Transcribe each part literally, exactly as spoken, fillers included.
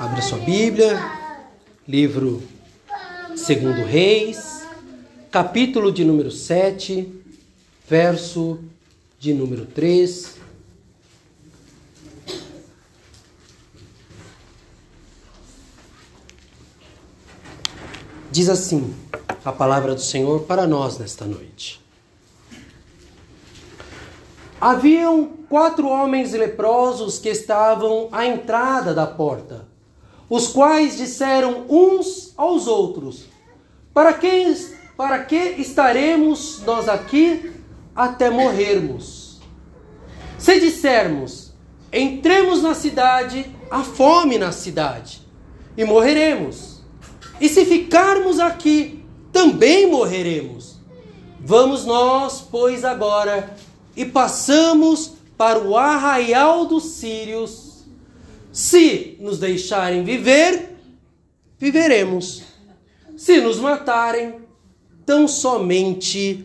Abra sua Bíblia, livro Segundo Reis, capítulo de número sete, verso de número três. Diz assim a palavra do Senhor para nós nesta noite. Haviam quatro homens leprosos que estavam à entrada da porta, os quais disseram uns aos outros: Para que, para que estaremos nós aqui até morrermos? Se dissermos, entremos na cidade, há fome na cidade, e morreremos. E se ficarmos aqui, também morreremos. Vamos nós, pois, agora, e passamos para o arraial dos sírios. Se nos deixarem viver, viveremos. Se nos matarem, tão somente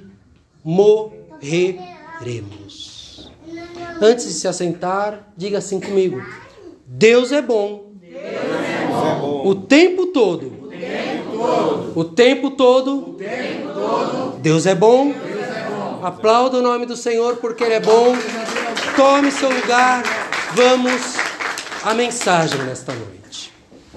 morreremos. Antes de se assentar, diga assim comigo: Deus é bom. Deus é bom. O tempo todo. O tempo todo. O tempo todo. O tempo todo. Deus é bom. Deus é bom. Aplauda o nome do Senhor porque Ele é bom. Tome seu lugar. Vamos à mensagem nesta noite.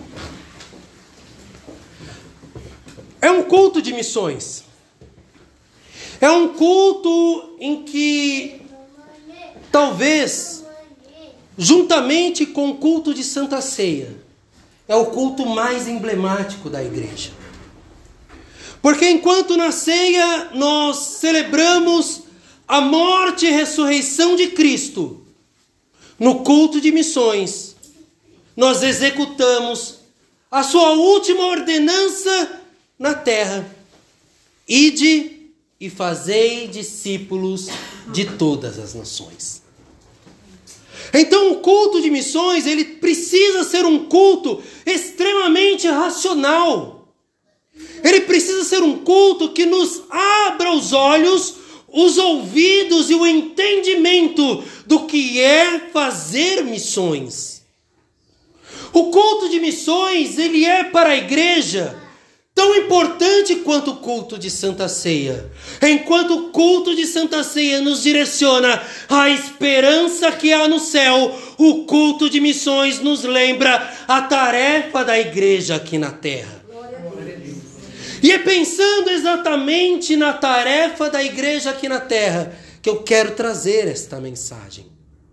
É um culto de missões. É um culto em que, talvez, juntamente com o culto de Santa Ceia, é o culto mais emblemático da igreja. Porque enquanto na ceia nós celebramos a morte e ressurreição de Cristo, no culto de missões, nós executamos a sua última ordenança na terra: ide e fazei discípulos de todas as nações. Então o culto de missões, ele precisa ser um culto extremamente racional. Ele precisa ser um culto que nos abra os olhos, os ouvidos e o entendimento do que é fazer missões. O culto de missões, ele é para a igreja tão importante quanto o culto de Santa Ceia. Enquanto o culto de Santa Ceia nos direciona à esperança que há no céu, o culto de missões nos lembra a tarefa da igreja aqui na terra. E é pensando exatamente na tarefa da igreja aqui na terra que eu quero trazer esta mensagem.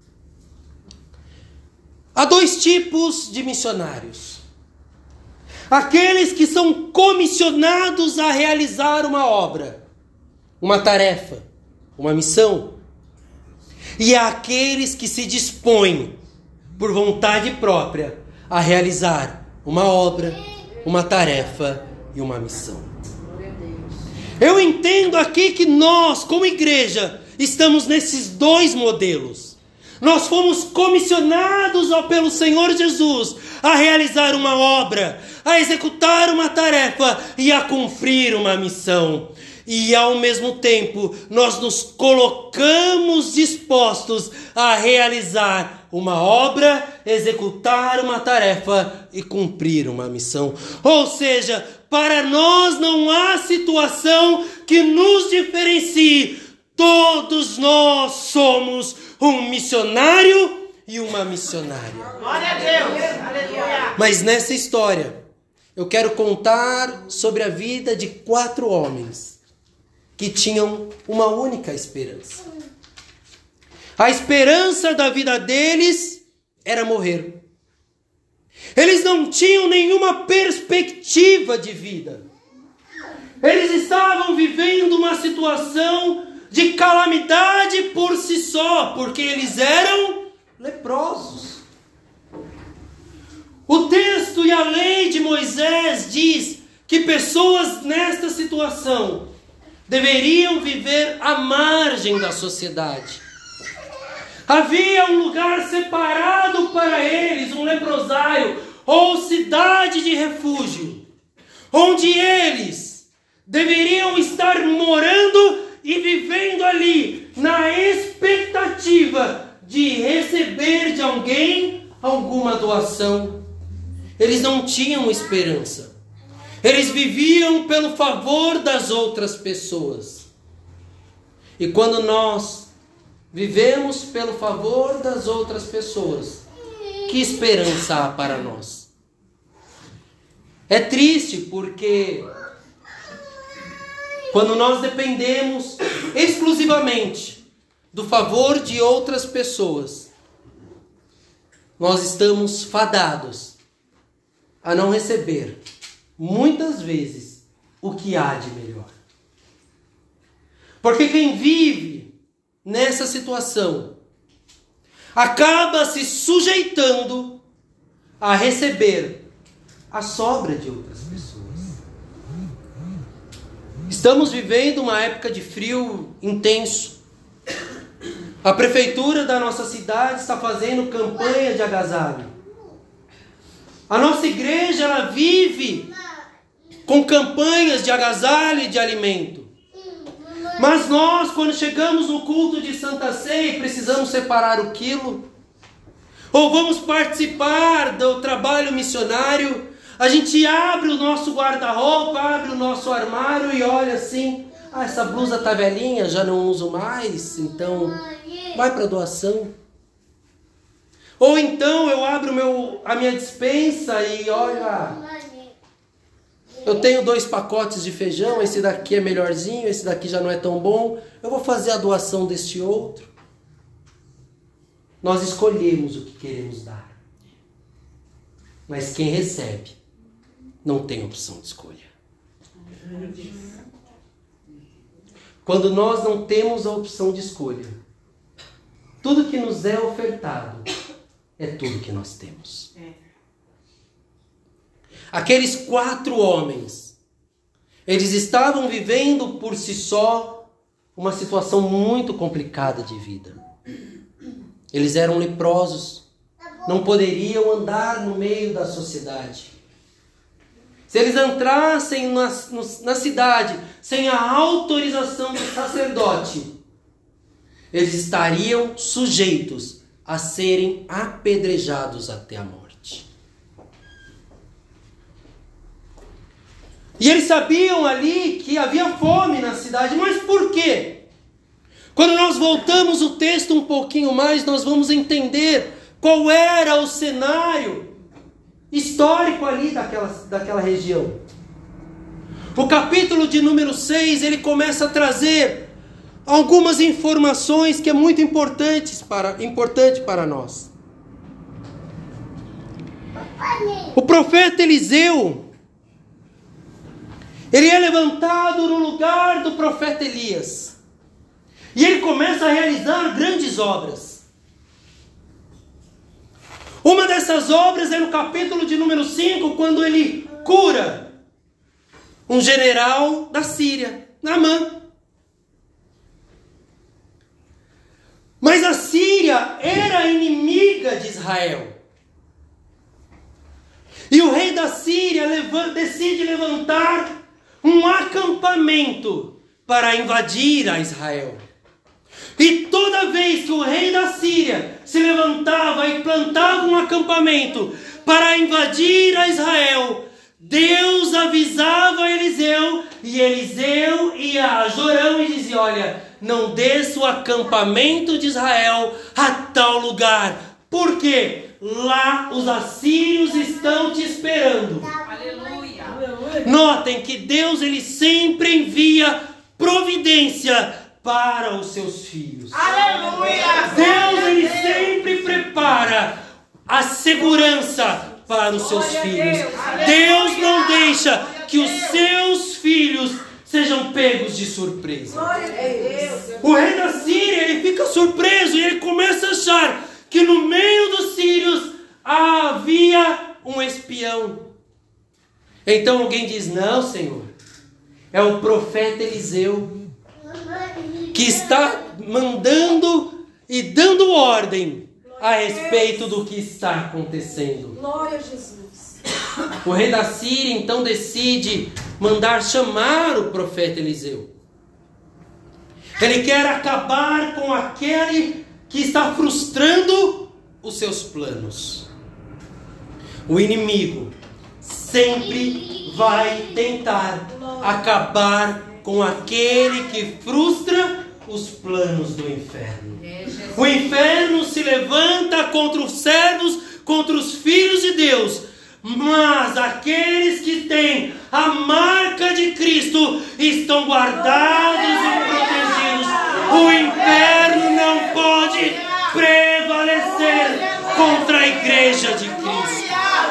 Há dois tipos de missionários: aqueles que são comissionados a realizar uma obra, uma tarefa, uma missão, e há aqueles que se dispõem, por vontade própria, a realizar uma obra, uma tarefa e uma missão. Eu entendo aqui que nós, como igreja, estamos nesses dois modelos. Nós fomos comissionados pelo Senhor Jesus a realizar uma obra, a executar uma tarefa e a cumprir uma missão. E ao mesmo tempo, nós nos colocamos dispostos a realizar uma obra, executar uma tarefa e cumprir uma missão. Ou seja, para nós não há situação que nos diferencie. Todos nós somos um missionário e uma missionária. Glória a Deus. Aleluia. Mas nessa história, eu quero contar sobre a vida de quatro homens que tinham uma única esperança. A esperança da vida deles era morrer. Eles não tinham nenhuma perspectiva de vida. Eles estavam vivendo uma situação de calamidade por si só, porque eles eram leprosos. O texto e a lei de Moisés diz que pessoas nesta situação deveriam viver à margem da sociedade. Havia um lugar separado para eles, um leprosário ou cidade de refúgio, onde eles deveriam estar morando e vivendo ali, na expectativa de receber de alguém alguma doação. eles não tinham esperança. Eles viviam pelo favor das outras pessoas. E quando nós vivemos pelo favor das outras pessoas, que esperança há para nós? É triste porque quando nós dependemos exclusivamente do favor de outras pessoas, nós estamos fadados a não receber, muitas vezes, o que há de melhor. Porque quem vive nessa situação acaba se sujeitando a receber a sobra de outras pessoas. Estamos vivendo uma época de frio intenso. A prefeitura da nossa cidade está fazendo campanha de agasalho. A nossa igreja, ela vive com campanhas de agasalho e de alimento. Mas nós, quando chegamos no culto de Santa Ceia, precisamos separar o quilo, ou vamos participar do trabalho missionário, a gente abre o nosso guarda-roupa, abre o nosso armário e olha assim, ah, essa blusa tá velhinha, já não uso mais, então vai para doação. Ou então eu abro meu, a minha despensa e olha, eu tenho dois pacotes de feijão, esse daqui é melhorzinho, esse daqui já não é tão bom, eu vou fazer a doação deste outro. Nós escolhemos o que queremos dar. Mas quem recebe não tem opção de escolha. Quando nós não temos a opção de escolha, tudo que nos é ofertado é tudo que nós temos. Aqueles quatro homens, eles estavam vivendo por si só uma situação muito complicada de vida. Eles eram leprosos, não poderiam andar no meio da sociedade. Se eles entrassem na, na cidade sem a autorização do sacerdote, eles estariam sujeitos a serem apedrejados até a morte. E eles sabiam ali que havia fome na cidade, mas por quê? Quando nós voltamos o texto um pouquinho mais, nós vamos entender qual era o cenário histórico ali daquela, daquela região. O capítulo de número seis, ele começa a trazer algumas informações que é muito importantes para, importante para nós. O profeta Eliseu, ele é levantado no lugar do profeta Elias. E ele começa a realizar grandes obras. Uma dessas obras é no capítulo de número cinco, quando ele cura um general da Síria, Naamã. Mas a Síria era inimiga de Israel. E o rei da Síria levanta, decide levantar um acampamento para invadir a Israel. E toda vez que o rei da Síria se levantava e plantava um acampamento para invadir a Israel, Deus avisava a Eliseu, e Eliseu ia a Jorão e dizia: olha, não desça o acampamento de Israel a tal lugar, porque lá os assírios estão te esperando. Aleluia. Notem que Deus, ele sempre envia providência para os seus filhos. Aleluia. Deus, ele sempre prepara a segurança para os seus filhos. Deus não deixa que os seus filhos sejam pegos de surpresa. O rei da Síria, ele fica surpreso e ele começa a achar que no meio dos sírios havia um espião. Então alguém diz: não, Senhor, é o profeta Eliseu que está mandando e dando ordem a respeito do que está acontecendo. Glória a Jesus. O rei da Síria então decide mandar chamar o profeta Eliseu. Ele quer acabar com aquele que está frustrando os seus planos. O inimigo sempre vai tentar acabar com aquele que frustra os planos do inferno. O inferno se levanta contra os servos, contra os filhos de Deus, mas aqueles que têm a marca de Cristo estão guardados e protegidos. O inferno não pode prevalecer contra a igreja de Cristo.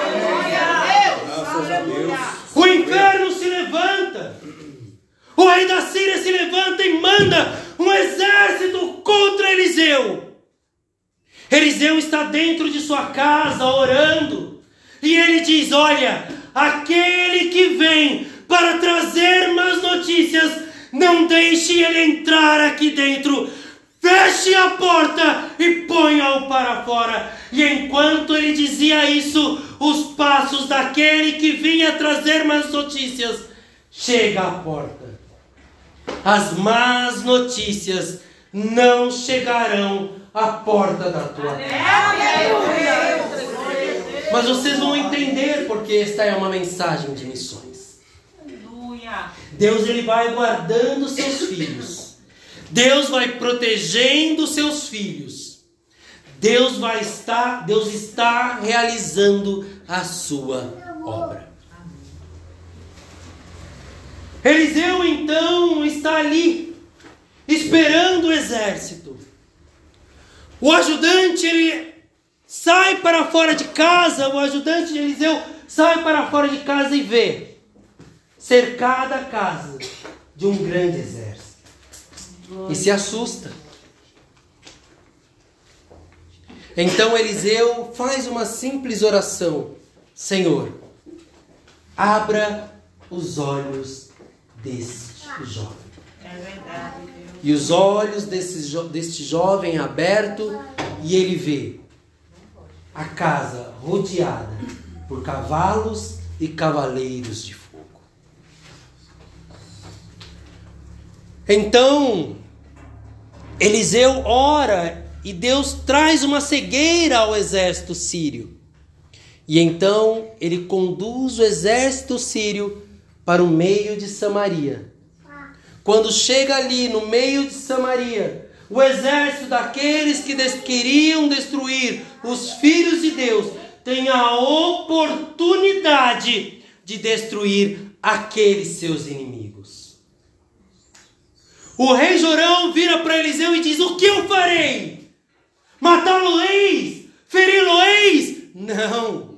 O inferno se levanta. O rei da Síria se levanta e manda um exército contra Eliseu. Eliseu está dentro de sua casa orando. E ele diz: olha, aquele que vem para trazer más notícias, não deixe ele entrar aqui dentro. Feche a porta e ponha-o para fora. E enquanto ele dizia isso, os passos daquele que vinha trazer más notícias chega à porta. As más notícias não chegarão à porta da tua casa. Mas vocês vão entender porque esta é uma mensagem de missões. Deus ele vai guardando seus filhos. Deus vai protegendo seus filhos. Deus vai estar, Deus está realizando a sua obra. Eliseu então está ali, esperando o exército. O ajudante, ele sai para fora de casa, o ajudante de Eliseu sai para fora de casa e vê cercada a casa de um grande exército. E se assusta. Então Eliseu faz uma simples oração: Senhor, abra os olhos deste jovem. É verdade. E os olhos desse, jo- deste jovem aberto, e ele vê a casa rodeada por cavalos e cavaleiros de fogo. Então Eliseu ora e Deus traz uma cegueira ao exército sírio. E então ele conduz o exército sírio para o meio de Samaria. Quando chega ali no meio de Samaria, o exército daqueles que des- queriam destruir os filhos de Deus tem a oportunidade de destruir aqueles seus inimigos. O rei Jorão vira para Eliseu e diz: o que eu farei? Matá-lo-eis? Feri-lo-eis? Não.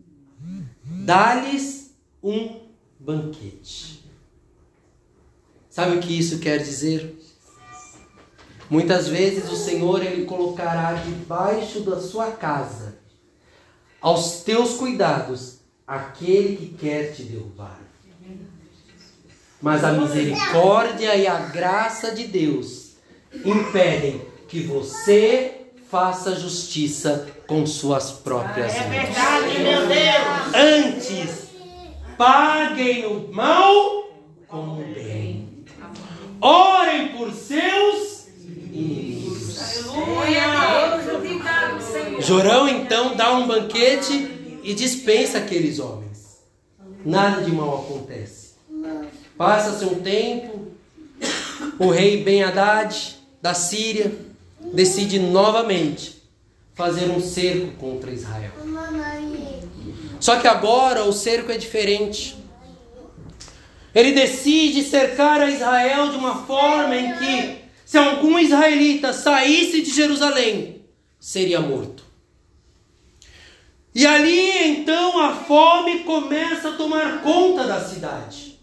Dá-lhes um banquete. Sabe o que isso quer dizer? Muitas vezes o Senhor ele colocará debaixo da sua casa, aos teus cuidados, aquele que quer te derrubar. Mas a misericórdia e a graça de Deus impedem que você faça justiça com suas próprias mãos. É verdade, meu Deus. Antes, paguem o mal com o bem. Orem por seus inimigos. Jorão então dá um banquete e dispensa aqueles homens. Nada de mal acontece. Passa-se um tempo, o rei Ben-Hadad da Síria decide novamente fazer um cerco contra Israel. Só que agora o cerco é diferente. Ele decide cercar a Israel de uma forma em que, se algum israelita saísse de Jerusalém, seria morto. E ali então a fome começa a tomar conta da cidade.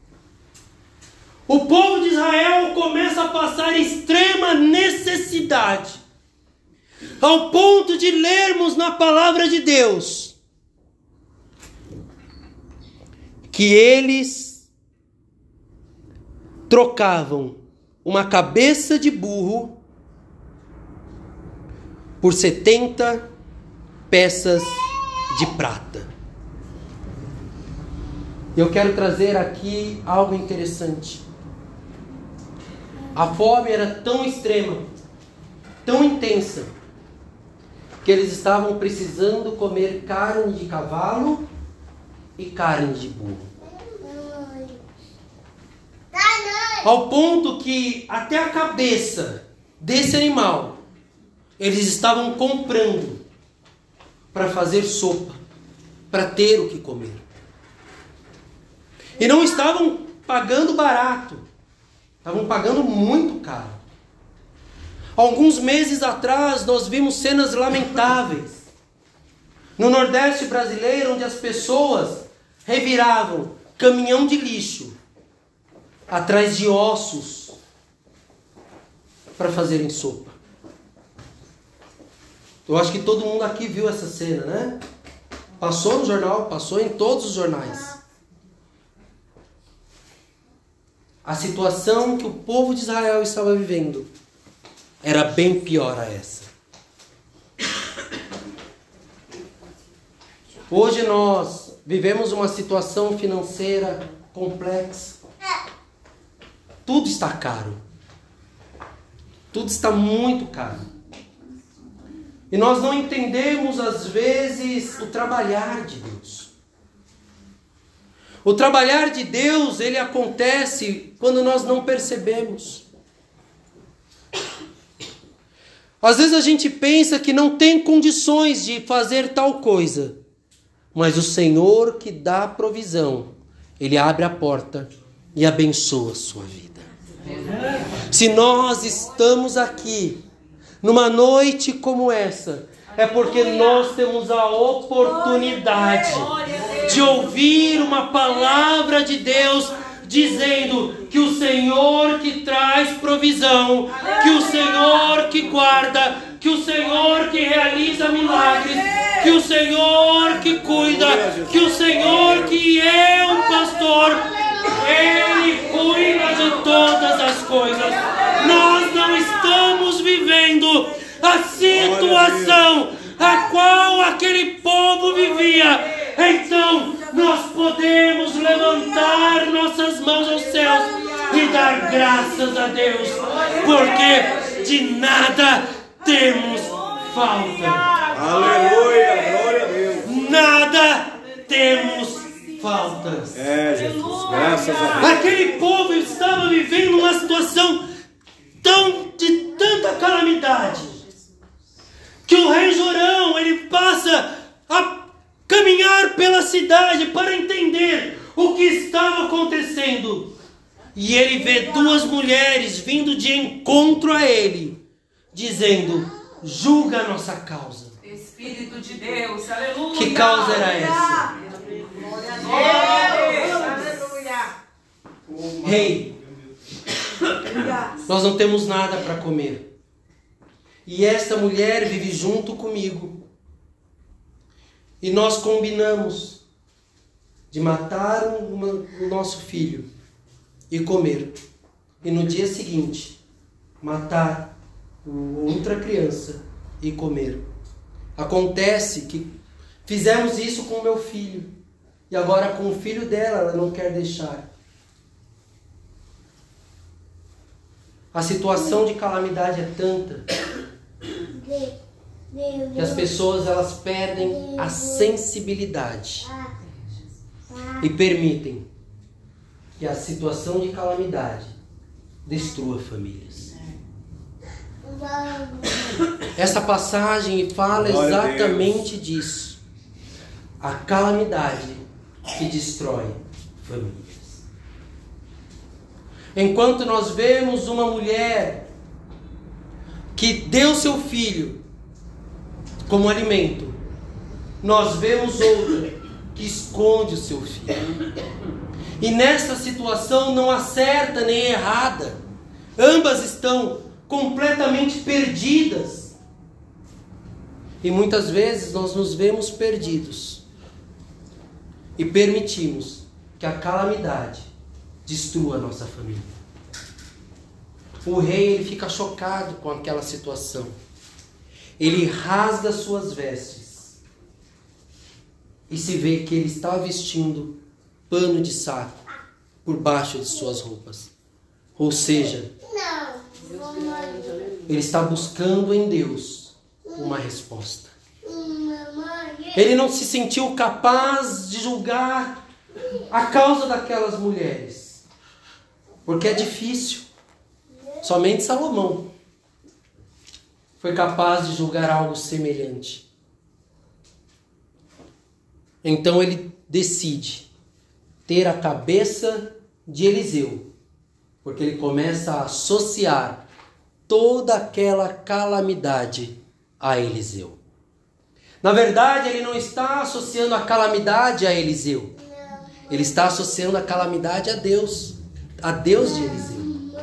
O povo de Israel começa a passar extrema necessidade, ao ponto de lermos na palavra de Deus que eles trocavam uma cabeça de burro por setenta peças de prata. Eu quero trazer aqui algo interessante. A fome era tão extrema, tão intensa, que eles estavam precisando comer carne de cavalo e carne de burro. Ao ponto que até a cabeça desse animal eles estavam comprando para fazer sopa, para ter o que comer. E não estavam pagando barato, estavam pagando muito caro. Alguns meses atrás nós vimos cenas lamentáveis no Nordeste brasileiro, onde as pessoas reviravam caminhão de lixo atrás de ossos para fazerem sopa. Eu acho que todo mundo aqui viu essa cena, né? Passou no jornal, passou em todos os jornais. A situação que o povo de Israel estava vivendo era bem pior a essa. Hoje nós vivemos uma situação financeira complexa. Tudo está caro. Tudo está muito caro. E nós não entendemos, às vezes, o trabalhar de Deus. O trabalhar de Deus, ele acontece quando nós não percebemos. Às vezes a gente pensa que não tem condições de fazer tal coisa. Mas o Senhor que dá a provisão, Ele abre a porta e abençoa a sua vida. Se nós estamos aqui numa noite como essa, é porque nós temos a oportunidade de ouvir uma palavra de Deus dizendo que o Senhor que traz provisão, que o Senhor que guarda, que o Senhor que realiza milagres, que o Senhor que cuida, que o Senhor que é um pastor, Ele cuida de todas as coisas. Nós não estamos vivendo a situação a qual aquele povo vivia. Então nós podemos levantar nossas mãos aos céus e dar graças a Deus, porque de nada temos falta. Aleluia, glória a Deus. Nada temos faltas. É, Jesus, graças a Deus. Aquele povo estava vivendo uma situação tão, de tanta calamidade, que o rei Jorão, ele passa a caminhar pela cidade para entender o que estava acontecendo. E ele vê duas mulheres vindo de encontro a ele, dizendo: julga a nossa causa. Espírito de Deus, aleluia. Que causa era essa? Rei, nós não temos nada para comer. E esta mulher vive junto comigo. E nós combinamos de matar uma, o nosso filho e comer. E no dia seguinte, matar outra criança e comer. Acontece que fizemos isso com o meu filho. E agora com o filho dela, ela não quer deixar. A situação de calamidade é tanta que as pessoas elas perdem a sensibilidade e permitem que a situação de calamidade destrua famílias. Essa passagem fala exatamente disso. A calamidade que destrói famílias. Enquanto nós vemos uma mulher que deu seu filho como alimento, nós vemos outra que esconde o seu filho. E nessa situação não há certa nem errada. Ambas estão completamente perdidas. E muitas vezes nós nos vemos perdidos e permitimos que a calamidade destrua a nossa família. O rei ele fica chocado com aquela situação. Ele rasga suas vestes e se vê que ele está vestindo pano de saco por baixo de suas roupas. Ou seja, ele está buscando em Deus uma resposta. Ele não se sentiu capaz de julgar a causa daquelas mulheres, porque é difícil. Somente Salomão foi capaz de julgar algo semelhante. Então ele decide ter a cabeça de Eliseu, porque ele começa a associar toda aquela calamidade a Eliseu. Na verdade, ele não está associando a calamidade a Eliseu. Ele está associando a calamidade a Deus, a Deus de Eliseu.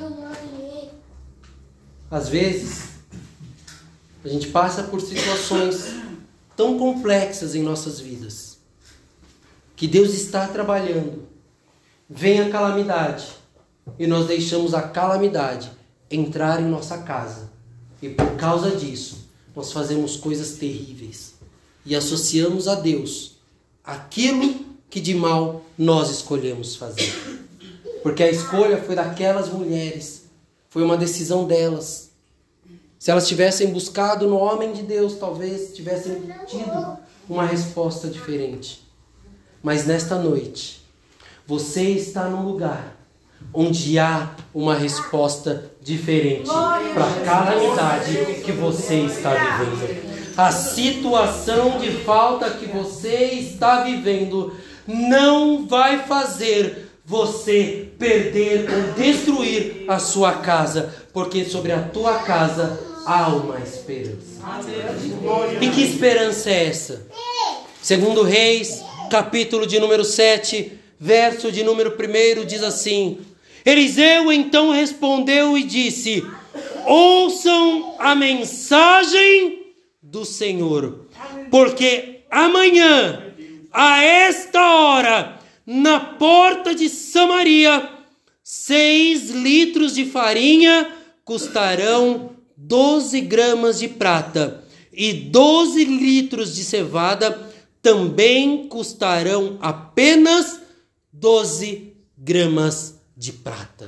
Às vezes, a gente passa por situações tão complexas em nossas vidas, que Deus está trabalhando. Vem a calamidade e nós deixamos a calamidade entrar em nossa casa. E por causa disso, nós fazemos coisas terríveis e associamos a Deus aquilo que de mal nós escolhemos fazer. Porque a escolha foi daquelas mulheres. Foi uma decisão delas. Se elas tivessem buscado no homem de Deus, talvez tivessem tido uma resposta diferente. Mas nesta noite, você está num lugar onde há uma resposta diferente para a calamidade que você está vivendo. A situação de falta que você está vivendo não vai fazer você perder ou destruir a sua casa, porque sobre a tua casa há uma esperança. E que esperança é essa? Segundo Reis, capítulo de número sete, verso de número um, diz assim: Eliseu então respondeu e disse: ouçam a mensagem do Senhor, porque amanhã, a esta hora, na porta de Samaria, seis litros de farinha custarão doze gramas de prata, e doze litros de cevada também custarão apenas doze gramas de prata.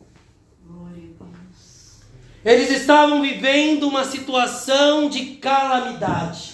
Eles estavam vivendo uma situação de calamidade.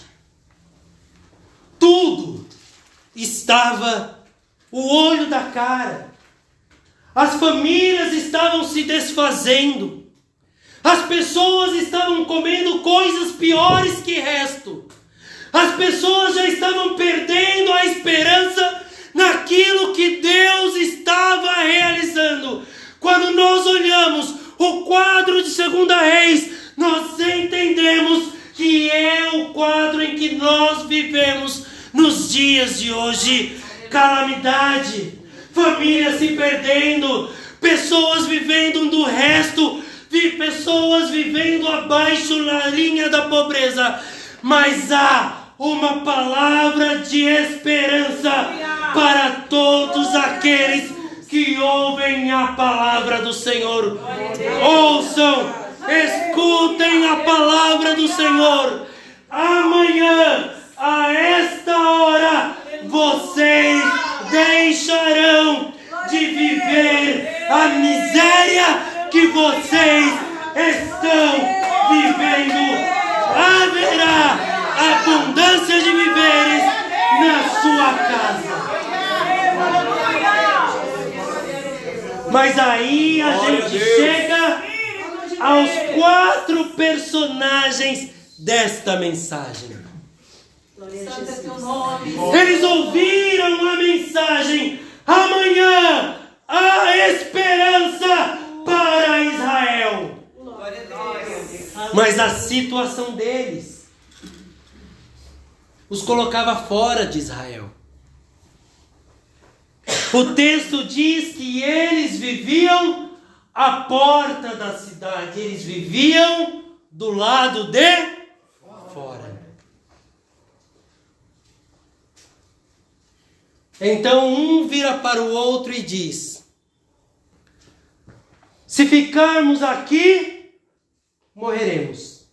Tudo estava o olho da cara. As famílias estavam se desfazendo. As pessoas estavam comendo coisas piores que resto. As pessoas já estavam perdendo a esperança naquilo que Deus estava realizando. Quando nós olhamos o quadro de Segunda Reis, nós entendemos que é o quadro em que nós vivemos nos dias de hoje. Calamidade, famílias se perdendo, pessoas vivendo do resto, pessoas vivendo abaixo na linha da pobreza. Mas há uma palavra de esperança para todos aqueles que ouvem a palavra do Senhor. Ouçam, escutem a palavra do Senhor. Amanhã, a esta hora, vocês deixarão de viver a miséria que vocês estão vivendo. Haverá abundância de víveres na sua casa. Mas aí a gente chega aos quatro personagens desta mensagem. Eles ouviram a mensagem: amanhã há esperança para Israel. Mas a situação deles os colocava fora de Israel. O texto diz que eles viviam à porta da cidade, eles viviam do lado de fora. Então um vira para o outro e diz: se ficarmos aqui, morreremos.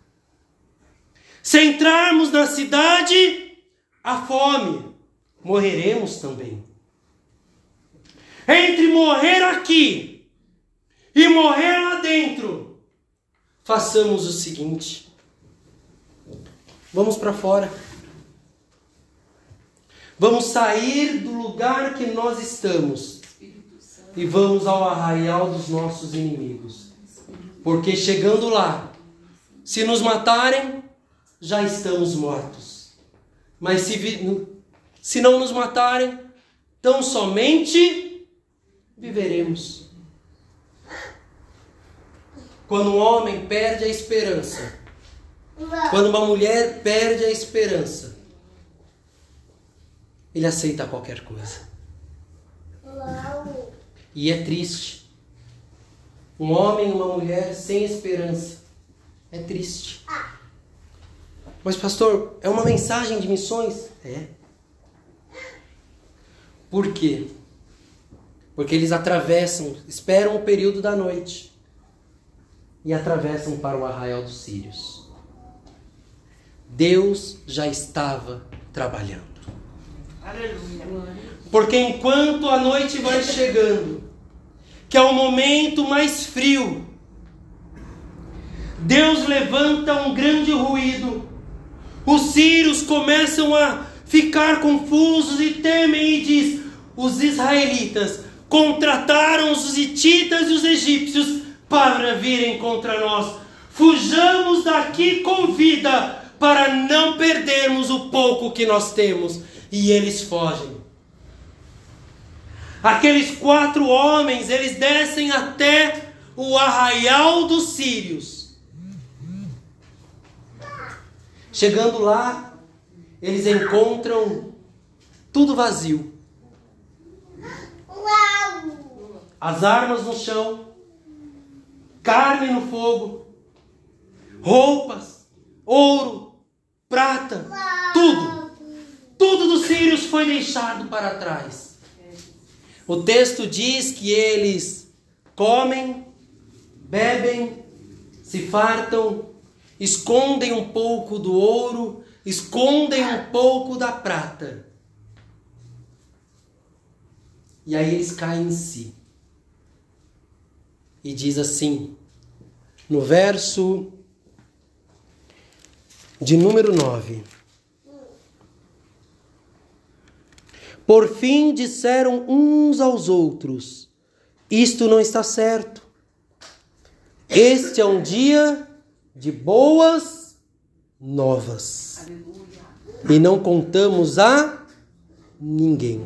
Se entrarmos na cidade, há fome, morreremos também. Entre morrer aqui e morrer lá dentro, façamos o seguinte: Vamos para fora. Vamos sair do lugar que nós estamos e vamos ao arraial dos nossos inimigos. Porque chegando lá, se nos matarem, já estamos mortos. Mas se, vi, se não nos matarem, tão somente viveremos. Quando um homem perde a esperança, quando uma mulher perde a esperança, ele aceita qualquer coisa. E é triste. Um homem e uma mulher sem esperança. É triste. Mas, pastor, é uma mensagem de missões? É. Por quê? Porque eles atravessam, esperam o período da noite e atravessam para o arraial dos sírios. Deus já estava trabalhando. Aleluia. Porque enquanto a noite vai chegando, que é o momento mais frio, Deus levanta um grande ruído. Os sírios começam a ficar confusos e temem e diz: os israelitas contrataram os hititas e os egípcios para virem contra nós. Fujamos daqui com vida para não perdermos o pouco que nós temos. E eles fogem. Aqueles quatro homens, eles descem até o arraial dos sírios. Chegando lá, eles encontram tudo vazio. As armas no chão, carne no fogo, roupas, ouro, prata, tudo. Tudo dos sírios foi deixado para trás. O texto diz que eles comem, bebem, se fartam, escondem um pouco do ouro, escondem um pouco da prata. E aí eles caem em si. E diz assim, no verso de número nove. Por fim disseram uns aos outros: isto não está certo. Este é um dia de boas novas. Aleluia. E não contamos a ninguém.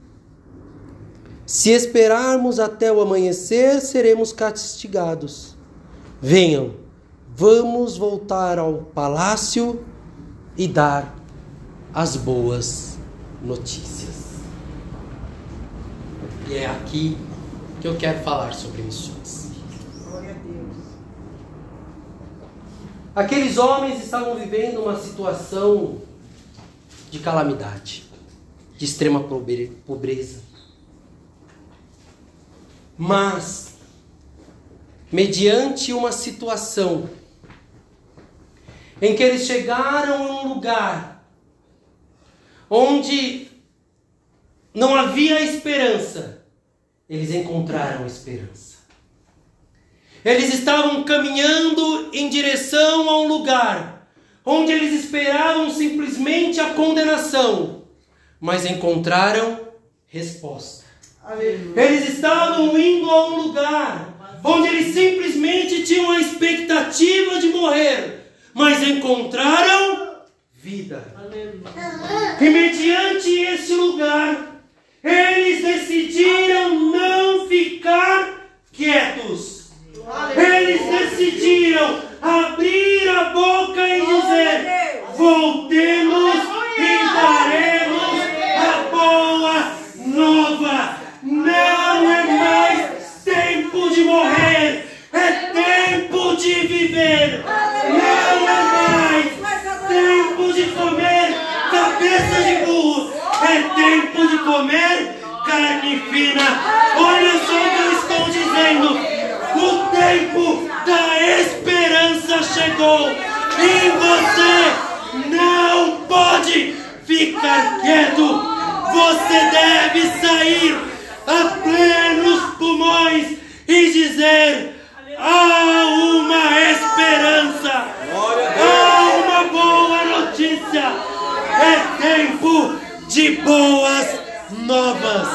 Se esperarmos até o amanhecer, seremos castigados. Venham, vamos voltar ao palácio e dar as boas notícias. E é aqui que eu quero falar sobre missões. Glória a Deus. Aqueles homens estavam vivendo uma situação de calamidade, de extrema pobreza. Mas, mediante uma situação em que eles chegaram a um lugar onde não havia esperança, eles encontraram esperança. Eles estavam caminhando em direção a um lugar onde eles esperavam simplesmente a condenação, mas encontraram resposta. Aleluia. Eles estavam indo a um lugar onde eles simplesmente tinham a expectativa de morrer, mas encontraram vida. Aleluia. E mediante esse lugar, eles decidiram não ficar quietos. Eles decidiram abrir a boca e dizer: voltemos e daremos a boa nova. Não é mais tempo de morrer, é tempo de viver. Não é mais tempo de comer cabeça de burro, é tempo de comer carne fina. Olha só o que eu estou dizendo. O tempo da esperança chegou e você não pode ficar quieto. Você deve sair a plenos pulmões e dizer: há uma esperança, há uma boa notícia. novas.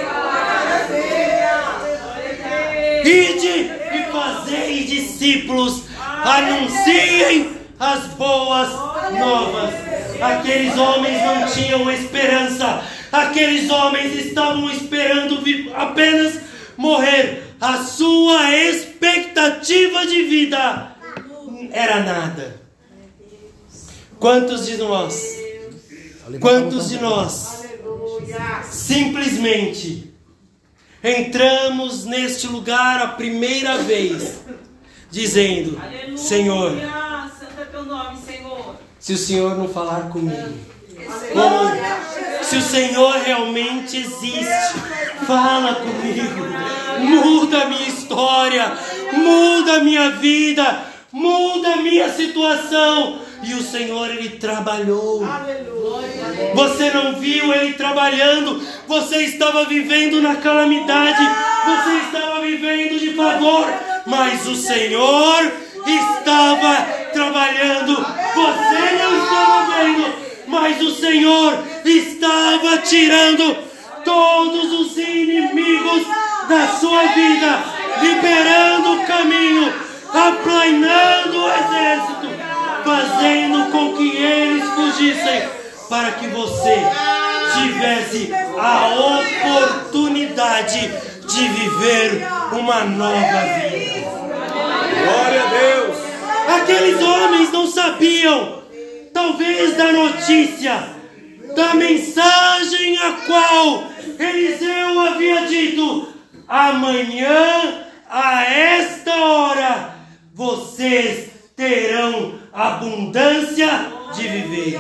Ide e fazei discípulos, anunciem as boas novas. Aqueles homens não tinham esperança, aqueles homens estavam esperando apenas morrer. A sua expectativa de vida era nada. Quantos de nós, quantos de nós simplesmente entramos neste lugar a primeira vez, dizendo: Aleluia. Senhor, Santo é teu nome, Senhor. se o Senhor não falar comigo, ou se o Senhor realmente existe, fala comigo, muda a minha história, muda a minha vida, muda a minha situação. E o Senhor, Ele trabalhou. Você não viu Ele trabalhando. Você estava vivendo na calamidade, você estava vivendo de favor, mas o Senhor estava trabalhando. Você não estava vendo, mas o Senhor estava tirando todos os inimigos da sua vida, liberando o caminho, aplanando o exército, fazendo com que eles fugissem, para que você tivesse a oportunidade de viver uma nova vida. Glória a Deus. Aqueles homens não sabiam, talvez, da notícia, da mensagem a qual Eliseu havia dito: amanhã, a esta hora, vocês terão abundância de viveres.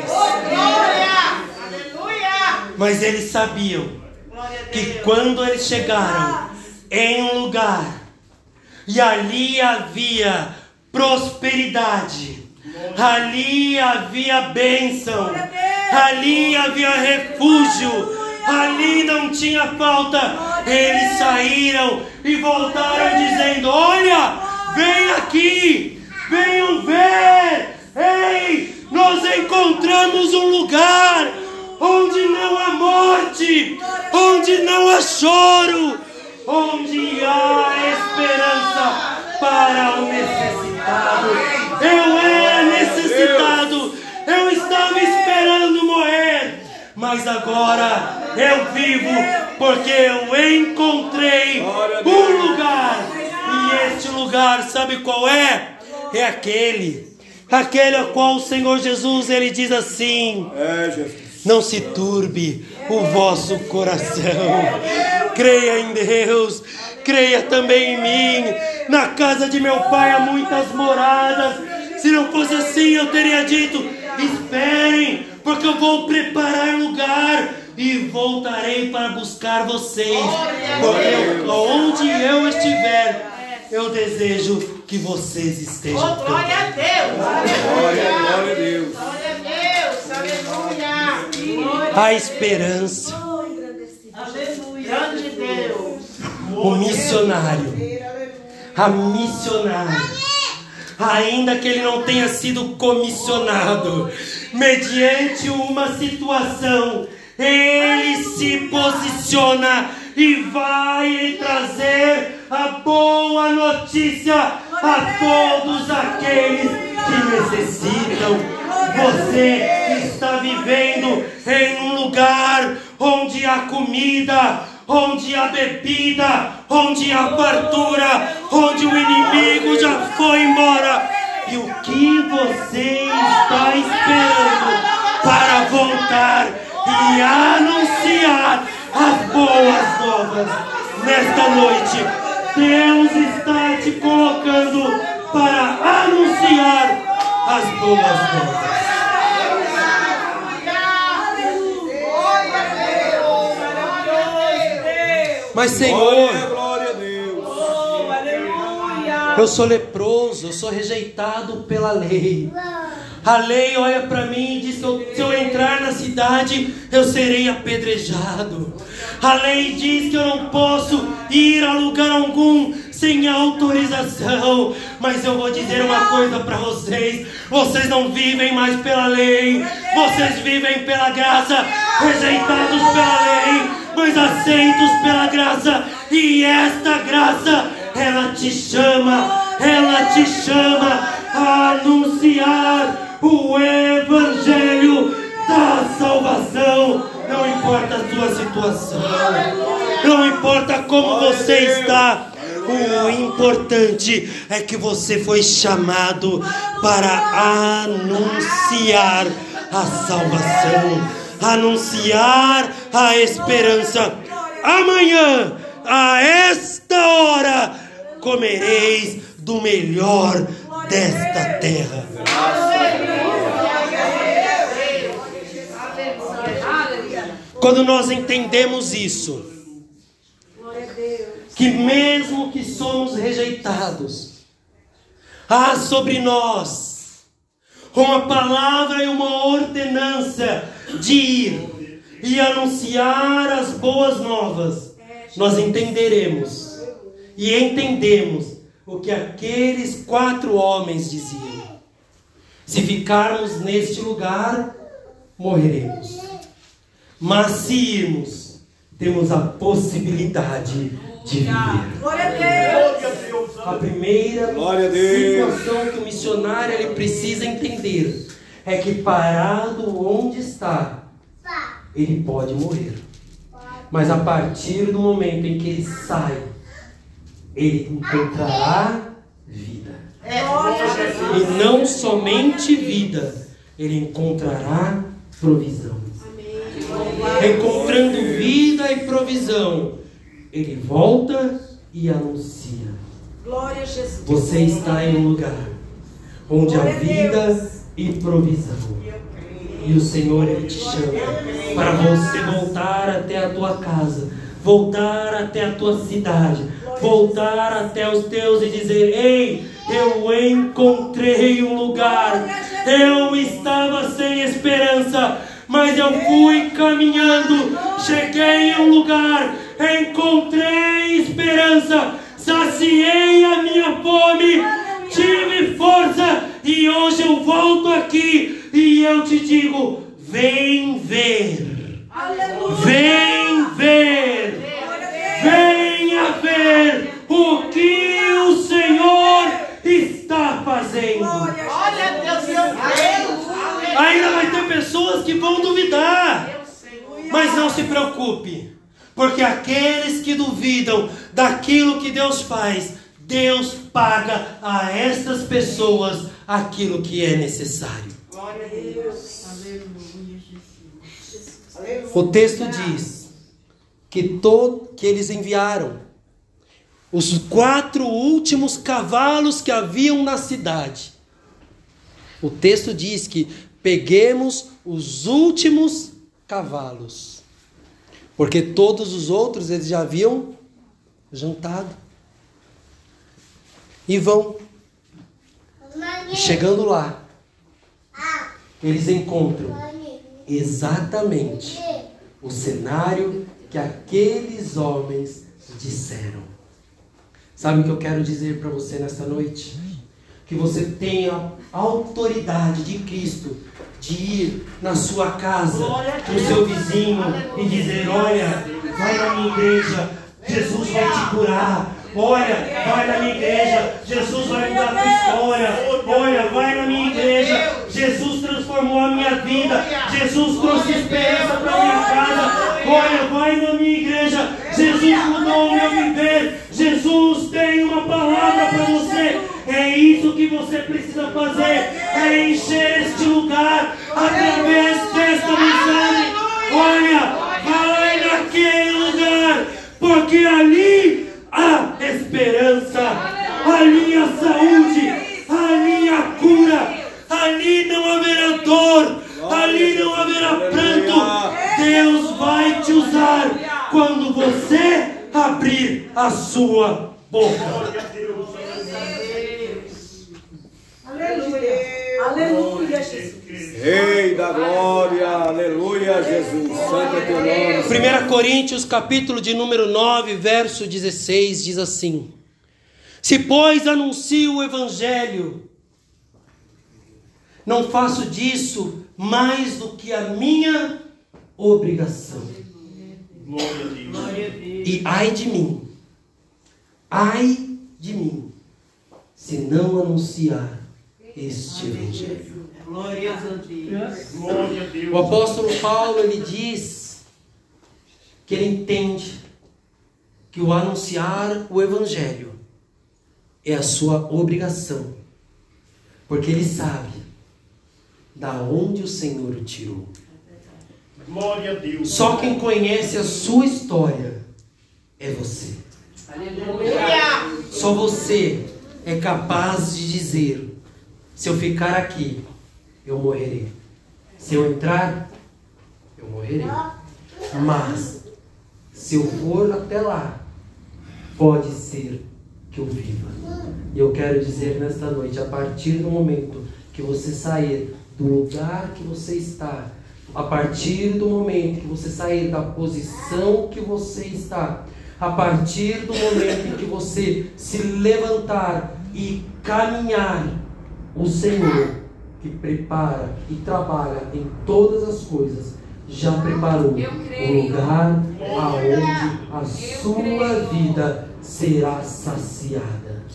Mas eles sabiam que quando eles chegaram em um lugar e ali havia prosperidade, ali havia bênção, ali havia refúgio, ali não tinha falta, eles saíram e voltaram dizendo: olha, vem aqui, venham ver, ei, nós encontramos um lugar onde não há morte, onde não há choro, onde há esperança para o necessitado. Eu era necessitado, eu estava esperando morrer, mas agora eu vivo porque eu encontrei um lugar. E este lugar, sabe qual é? É aquele, aquele a qual o Senhor Jesus, Ele diz assim: É, Jesus. não se turbe o vosso coração, creia em Deus, creia também em mim. Na casa de meu Pai há muitas moradas. Se não fosse assim, eu teria dito: esperem, porque eu vou preparar lugar e voltarei para buscar vocês, porque onde eu estiver, eu desejo que vocês estejam também. Glória a Deus! Glória, glória a Deus. Glória a Deus! Aleluia! A esperança. Aleluia! Grande Deus! O missionário, a missionária, ainda que ele não tenha sido comissionado, mediante uma situação, ele se posiciona e vai trazer a boa notícia a todos aqueles que necessitam. Você está vivendo em um lugar onde há comida, onde há bebida, onde há fartura, onde o inimigo já foi embora. E o que você está esperando para voltar e anunciar as boas novas? Nesta noite, Deus está te colocando para anunciar as boas novas. Mas, Senhor, Glória, glória a Deus. Oh, aleluia. eu sou leproso, eu sou rejeitado pela lei. A lei olha para mim e diz que eu, se eu entrar na cidade, eu serei apedrejado. A lei diz que eu não posso ir a lugar algum sem autorização. Mas eu vou dizer uma coisa para vocês: vocês não vivem mais pela lei, Vocês vivem pela graça, rejeitados pela lei, mas aceitos pela graça. E esta graça, ela te chama, ela te chama a anunciar o evangelho da salvação. Não importa a sua situação, não importa como você está, o importante é que você foi chamado para anunciar a salvação, anunciar a esperança. Amanhã, a esta hora, comereis do melhor desta terra. Quando nós entendemos isso, que mesmo que somos rejeitados, há sobre nós uma palavra e uma ordenança de ir e anunciar as boas novas, nós entenderemos e entendemos o que aqueles quatro homens diziam: se ficarmos neste lugar, morreremos, mas se irmos, temos a possibilidade de viver. Glória a Deus. A primeira Glória a Deus. situação que o missionário ele precisa entender é que parado onde está, ele pode morrer. Mas a partir do momento em que ele sai, ele encontrará vida. E não somente vida, ele encontrará provisão. Encontrando vida e provisão, ele volta e anuncia. Glória a Jesus. Você está em um lugar onde há vida e provisão. E o Senhor ele te chama para você voltar até a tua casa, voltar até a tua cidade, voltar até os teus e dizer: ei, eu encontrei um lugar. Eu estava sem esperança, mas eu fui caminhando, cheguei em um lugar, encontrei esperança, saciei a minha fome, tive força e hoje eu volto aqui e eu te digo: vem ver, vem ver, venha ver o que o Senhor está fazendo. Olha Deus, meu Deus. Ainda vai ter pessoas que vão duvidar, mas não se preocupe, porque aqueles que duvidam daquilo que Deus faz, Deus paga a estas pessoas aquilo que é necessário. Glória a Deus. O texto diz que, to, que eles enviaram os quatro últimos cavalos que haviam na cidade. O texto diz que peguemos os últimos cavalos, porque todos os outros eles já haviam jantado. E vão. E chegando lá, eles encontram exatamente o cenário que aqueles homens disseram. Sabe o que eu quero dizer para você nesta noite? Que você tenha autoridade de Cristo de ir na sua casa, no seu vizinho e dizer: olha, vai na minha igreja, Jesus vai te curar. Olha, vai na minha igreja, Jesus vai mudar a tua história. Olha, vai na minha igreja, Jesus transformou a minha vida, Jesus trouxe esperança para a minha casa. Olha, vai na minha igreja, Jesus mudou o meu viver, Jesus tem uma palavra para você. É isso que você precisa fazer, é encher este lugar através desta mensagem. Olha, vai naquele lugar, porque ali há esperança, ali há saúde, ali há cura, ali não haverá dor, ali não haverá pranto. Deus vai te usar quando você abrir a sua boca. Aleluia. Aleluia, Jesus. Rei da glória, aleluia, Jesus. Santo é teu nome. primeira Coríntios, capítulo de número nove, verso dezesseis, diz assim: se, pois, anuncio o evangelho, não faço disso mais do que a minha obrigação. Glória a Deus. Glória a Deus. E ai de mim, ai de mim, se não anunciar este evangelho. Glória a Deus. Glória a Deus. O apóstolo Paulo, ele diz que ele entende que o anunciar o evangelho é a sua obrigação, porque ele sabe da onde o Senhor o tirou. Glória a Deus. Só quem conhece a sua história é você. Aleluia. Só você é capaz de dizer: se eu ficar aqui, eu morrerei. Se eu entrar, eu morrerei. Mas, se eu for até lá, pode ser que eu viva. E eu quero dizer nesta noite, a partir do momento que você sair do lugar que você está, a partir do momento que você sair da posição que você está, a partir do momento em que você se levantar e caminhar, o Senhor, que prepara e trabalha em todas as coisas, já preparou o lugar aonde a sua vida será saciada.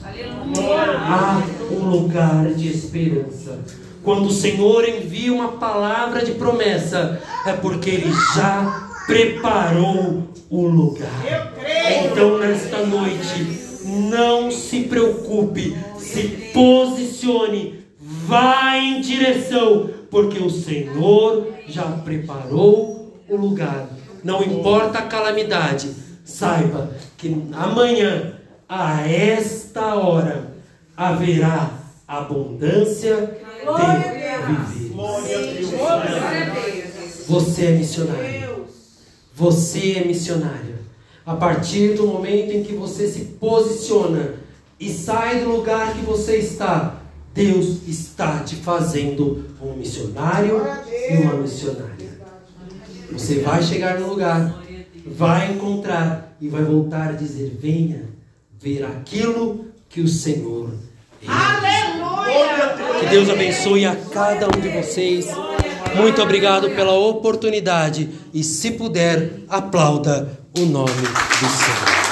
Há um lugar de esperança. Quando o Senhor envia uma palavra de promessa, é porque Ele já preparou o lugar. Então, nesta noite, não se preocupe, se posicione, vá em direção, porque o Senhor já preparou o lugar. Não importa a calamidade, saiba que amanhã, a esta hora, haverá abundância de viver. Glória a Deus. Você é missionário. Você é missionária. A partir do momento em que você se posiciona e sai do lugar que você está, Deus está te fazendo um missionário e uma missionária. Você vai chegar no lugar, vai encontrar e vai voltar a dizer: venha ver aquilo que o Senhor realiza. Que Deus abençoe a cada um de vocês. Muito obrigado pela oportunidade. E se puder, aplauda o nome do Senhor.